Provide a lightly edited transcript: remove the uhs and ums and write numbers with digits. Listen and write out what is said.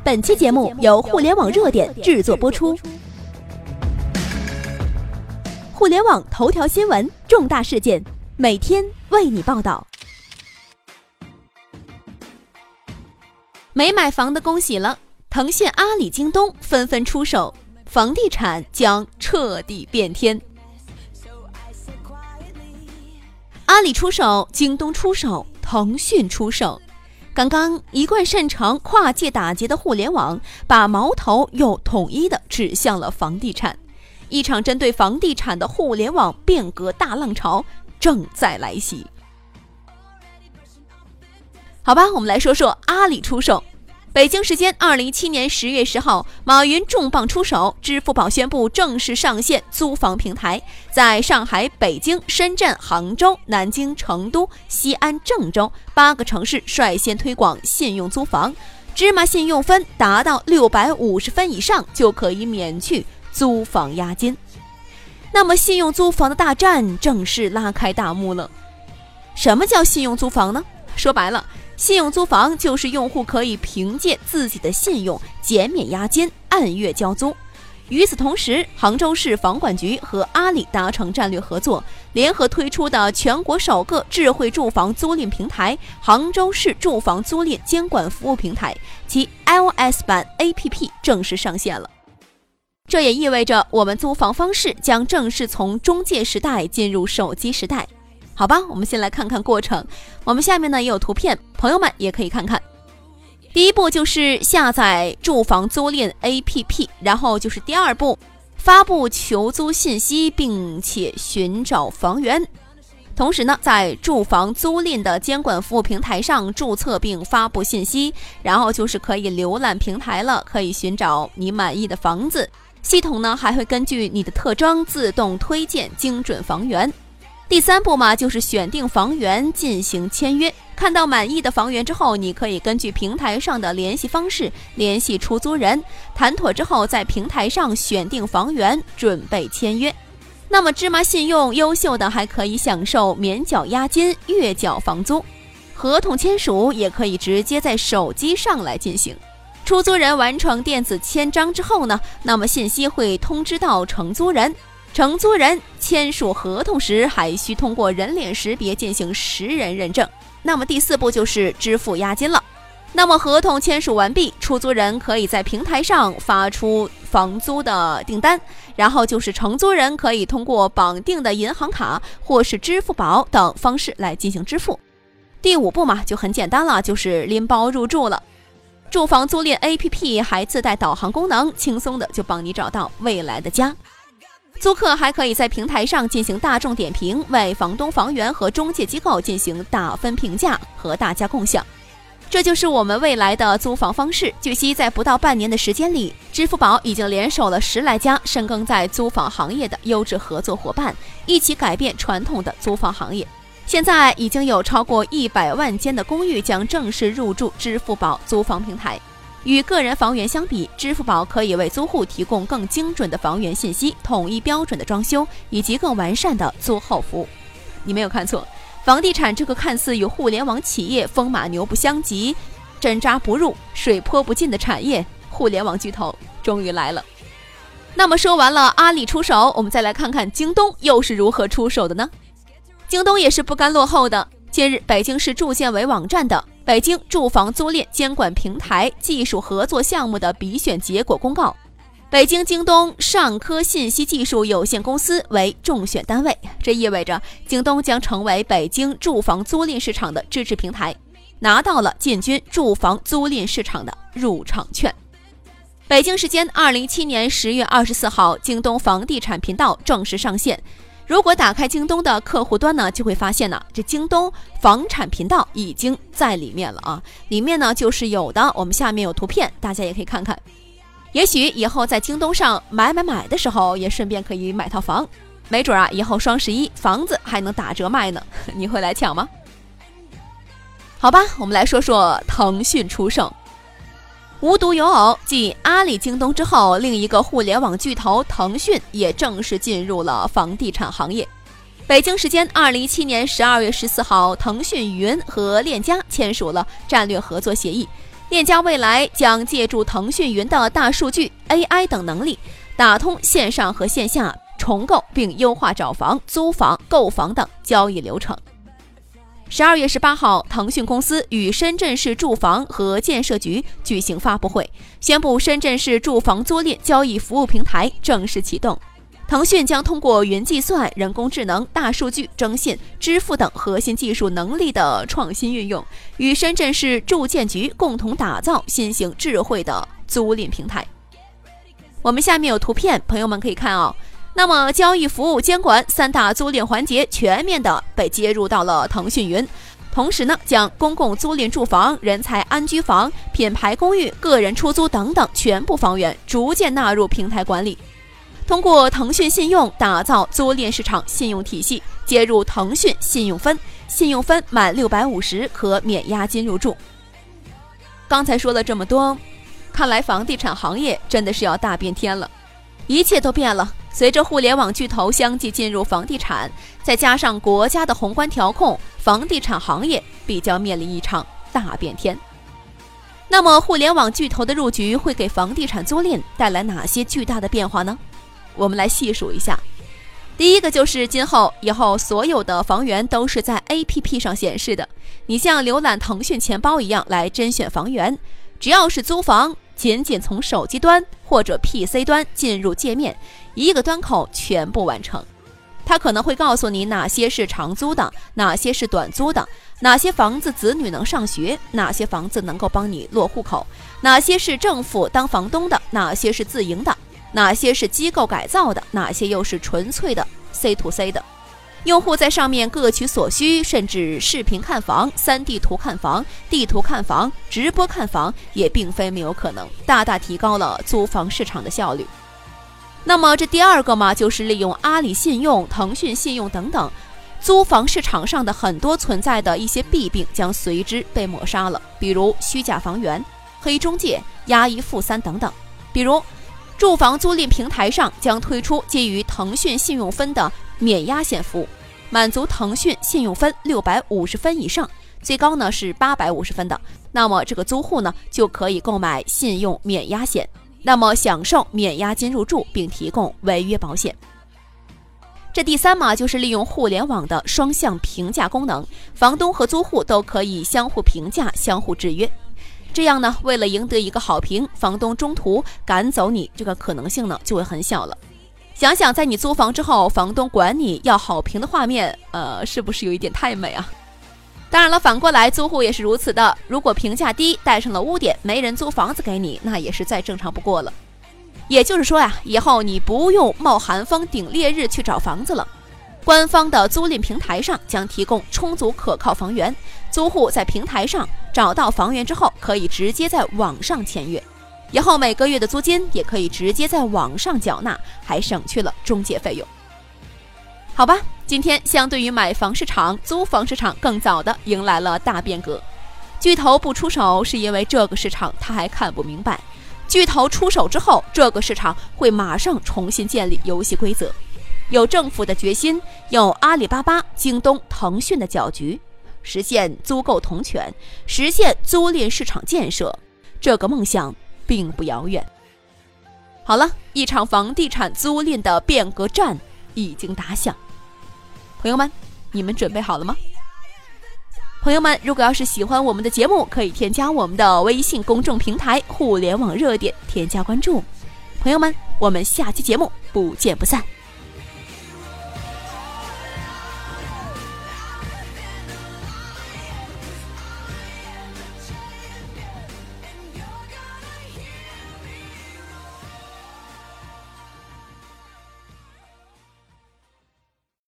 本期节目由互联网热点制作播出。互联网头条新闻，重大事件，每天为你报道。没买房的恭喜了，腾讯、阿里、京东纷纷出手，房地产将彻底变天。阿里出手，京东出手，腾讯出手。刚刚一贯擅长跨界打劫的互联网，把矛头又统一地指向了房地产。一场针对房地产的互联网变革大浪潮正在来袭。好吧，我们来说说阿里出手。北京时间2017年10月10号，马云重磅出手，支付宝宣布正式上线租房平台，在上海、北京、深圳、杭州、南京、成都、西安、郑州8个城市率先推广信用租房，芝麻信用分达到650分以上就可以免去租房押金。那么信用租房的大战正式拉开大幕了。什么叫信用租房呢？说白了，信用租房就是用户可以凭借自己的信用减免押金，按月交租。与此同时，杭州市房管局和阿里达成战略合作，联合推出的全国首个智慧住房租赁平台杭州市住房租赁监管服务平台，其 iOS 版 APP 正式上线了。这也意味着我们租房方式将正式从中介时代进入手机时代。好吧，我们先来看看过程。我们下面呢也有图片，朋友们也可以看看。第一步就是下载住房租赁 APP， 然后就是第二步，发布求租信息并且寻找房源。同时呢，在住房租赁的监管服务平台上注册并发布信息，然后就是可以浏览平台了，可以寻找你满意的房子。系统呢还会根据你的特征自动推荐精准房源。第三步嘛，就是选定房源进行签约。看到满意的房源之后，你可以根据平台上的联系方式联系出租人，谈妥之后在平台上选定房源，准备签约。那么芝麻信用优秀的还可以享受免缴押金、月缴房租，合同签署也可以直接在手机上来进行。出租人完成电子签章之后呢，那么信息会通知到承租人。承租人签署合同时还需通过人脸识别进行实人认证。那么第四步就是支付押金了。那么合同签署完毕，出租人可以在平台上发出房租的订单，然后就是承租人可以通过绑定的银行卡或是支付宝等方式来进行支付。第五步嘛，就很简单了，就是拎包入住了。住房租赁 APP 还自带导航功能，轻松的就帮你找到未来的家。租客还可以在平台上进行大众点评，为房东、房源和中介机构进行打分评价和大家共享。这就是我们未来的租房方式。据悉，在不到半年的时间里，支付宝已经联手了10来家深耕在租房行业的优质合作伙伴，一起改变传统的租房行业。现在已经有超过100万间的公寓将正式入驻支付宝租房平台。与个人房源相比，支付宝可以为租户提供更精准的房源信息、统一标准的装修以及更完善的租后服务。你没有看错，房地产这个看似与互联网企业风马牛不相及、针扎不入、水泼不进的产业，互联网巨头终于来了。那么说完了阿里出手，我们再来看看京东又是如何出手的呢？京东也是不甘落后的。近日，北京市住建委网站的北京住房租赁监管平台技术合作项目的比选结果公告，北京京东上科信息技术有限公司为中选单位，这意味着京东将成为北京住房租赁市场的支持平台，拿到了进军住房租赁市场的入场券。北京时间2017年10月24号，京东房地产频道正式上线。如果打开京东的客户端呢，就会发现呢，这京东房产频道已经在里面了啊。里面呢就是有的，我们下面有图片，大家也可以看看。也许以后在京东上买的时候，也顺便可以买套房，没准啊，以后双11房子还能打折卖呢，你会来抢吗？好吧，我们来说说腾讯出手。无独有偶，继阿里、京东之后，另一个互联网巨头腾讯也正式进入了房地产行业。北京时间2017年12月14号，腾讯云和链家签署了战略合作协议， 链家未来将借助腾讯云的大数据、AI 等能力，打通线上和线下重构并优化找房、租房、购房等交易流程。12月18号，腾讯公司与深圳市住房和建设局举行发布会，宣布深圳市住房租赁交易服务平台正式启动。腾讯将通过云计算、人工智能、大数据、征信、支付等核心技术能力的创新运用，与深圳市住建局共同打造新型智慧的租赁平台。我们下面有图片，朋友们可以看哦。那么交易服务监管3大租赁环节全面的被接入到了腾讯云，同时呢，将公共租赁住房、人才安居房、品牌公寓、个人出租等等全部房源逐渐纳入平台管理。通过腾讯信用打造租赁市场信用体系，接入腾讯信用分，信用分满650可免押金入住。刚才说了这么多，看来房地产行业真的是要大变天了，一切都变了。随着互联网巨头相继进入房地产，再加上国家的宏观调控，房地产行业必将面临一场大变天。那么互联网巨头的入局会给房地产租赁带来哪些巨大的变化呢？我们来细数一下。第一个就是以后所有的房源都是在 APP 上显示的，你像浏览腾讯钱包一样来甄选房源，只要是租房，仅从手机端或者 PC 端进入界面，一个端口全部完成。它可能会告诉你哪些是长租的，哪些是短租的，哪些房子子女能上学，哪些房子能够帮你落户口，哪些是政府当房东的，哪些是自营的，哪些是机构改造的，哪些又是纯粹的 C2C 的。用户在上面各取所需，甚至视频看房、3D 图看房、地图看房、直播看房也并非没有可能，大大提高了租房市场的效率。那么这第二个嘛，就是利用阿里信用、腾讯信用等等，租房市场上的很多存在的一些弊病将随之被抹杀了，比如虚假房源、黑中介、押一付三等等。比如住房租赁平台上将推出基于腾讯信用分的免押险服务，满足腾讯信用分650分以上，最高呢是850分的，那么这个租户呢就可以购买信用免押险，那么享受免押金入住，并提供违约保险。这第三嘛，就是利用互联网的双向评价功能，房东和租户都可以相互评价、相互制约。这样呢，为了赢得一个好评，房东中途赶走你，这个可能性呢就会很小了。想想在你租房之后，房东管你要好评的画面，是不是有一点太美啊？当然了，反过来租户也是如此的，如果评价低，带上了污点，没人租房子给你，那也是再正常不过了。也就是说呀，以后你不用冒寒风顶烈日去找房子了，官方的租赁平台上将提供充足可靠房源，租户在平台上找到房源之后，可以直接在网上签约，以后每个月的租金也可以直接在网上缴纳，还省去了中介费用。好吧，今天相对于买房市场，租房市场更早的迎来了大变革。巨头不出手是因为这个市场他还看不明白，巨头出手之后，这个市场会马上重新建立游戏规则。有政府的决心，有阿里巴巴、京东、腾讯的搅局，实现租购同权，实现租赁市场建设，这个梦想并不遥远。好了，一场房地产租赁的变革战已经打响，朋友们，你们准备好了吗？朋友们，如果要是喜欢我们的节目，可以添加我们的微信公众平台互联网热点，添加关注。朋友们，我们下期节目不见不散。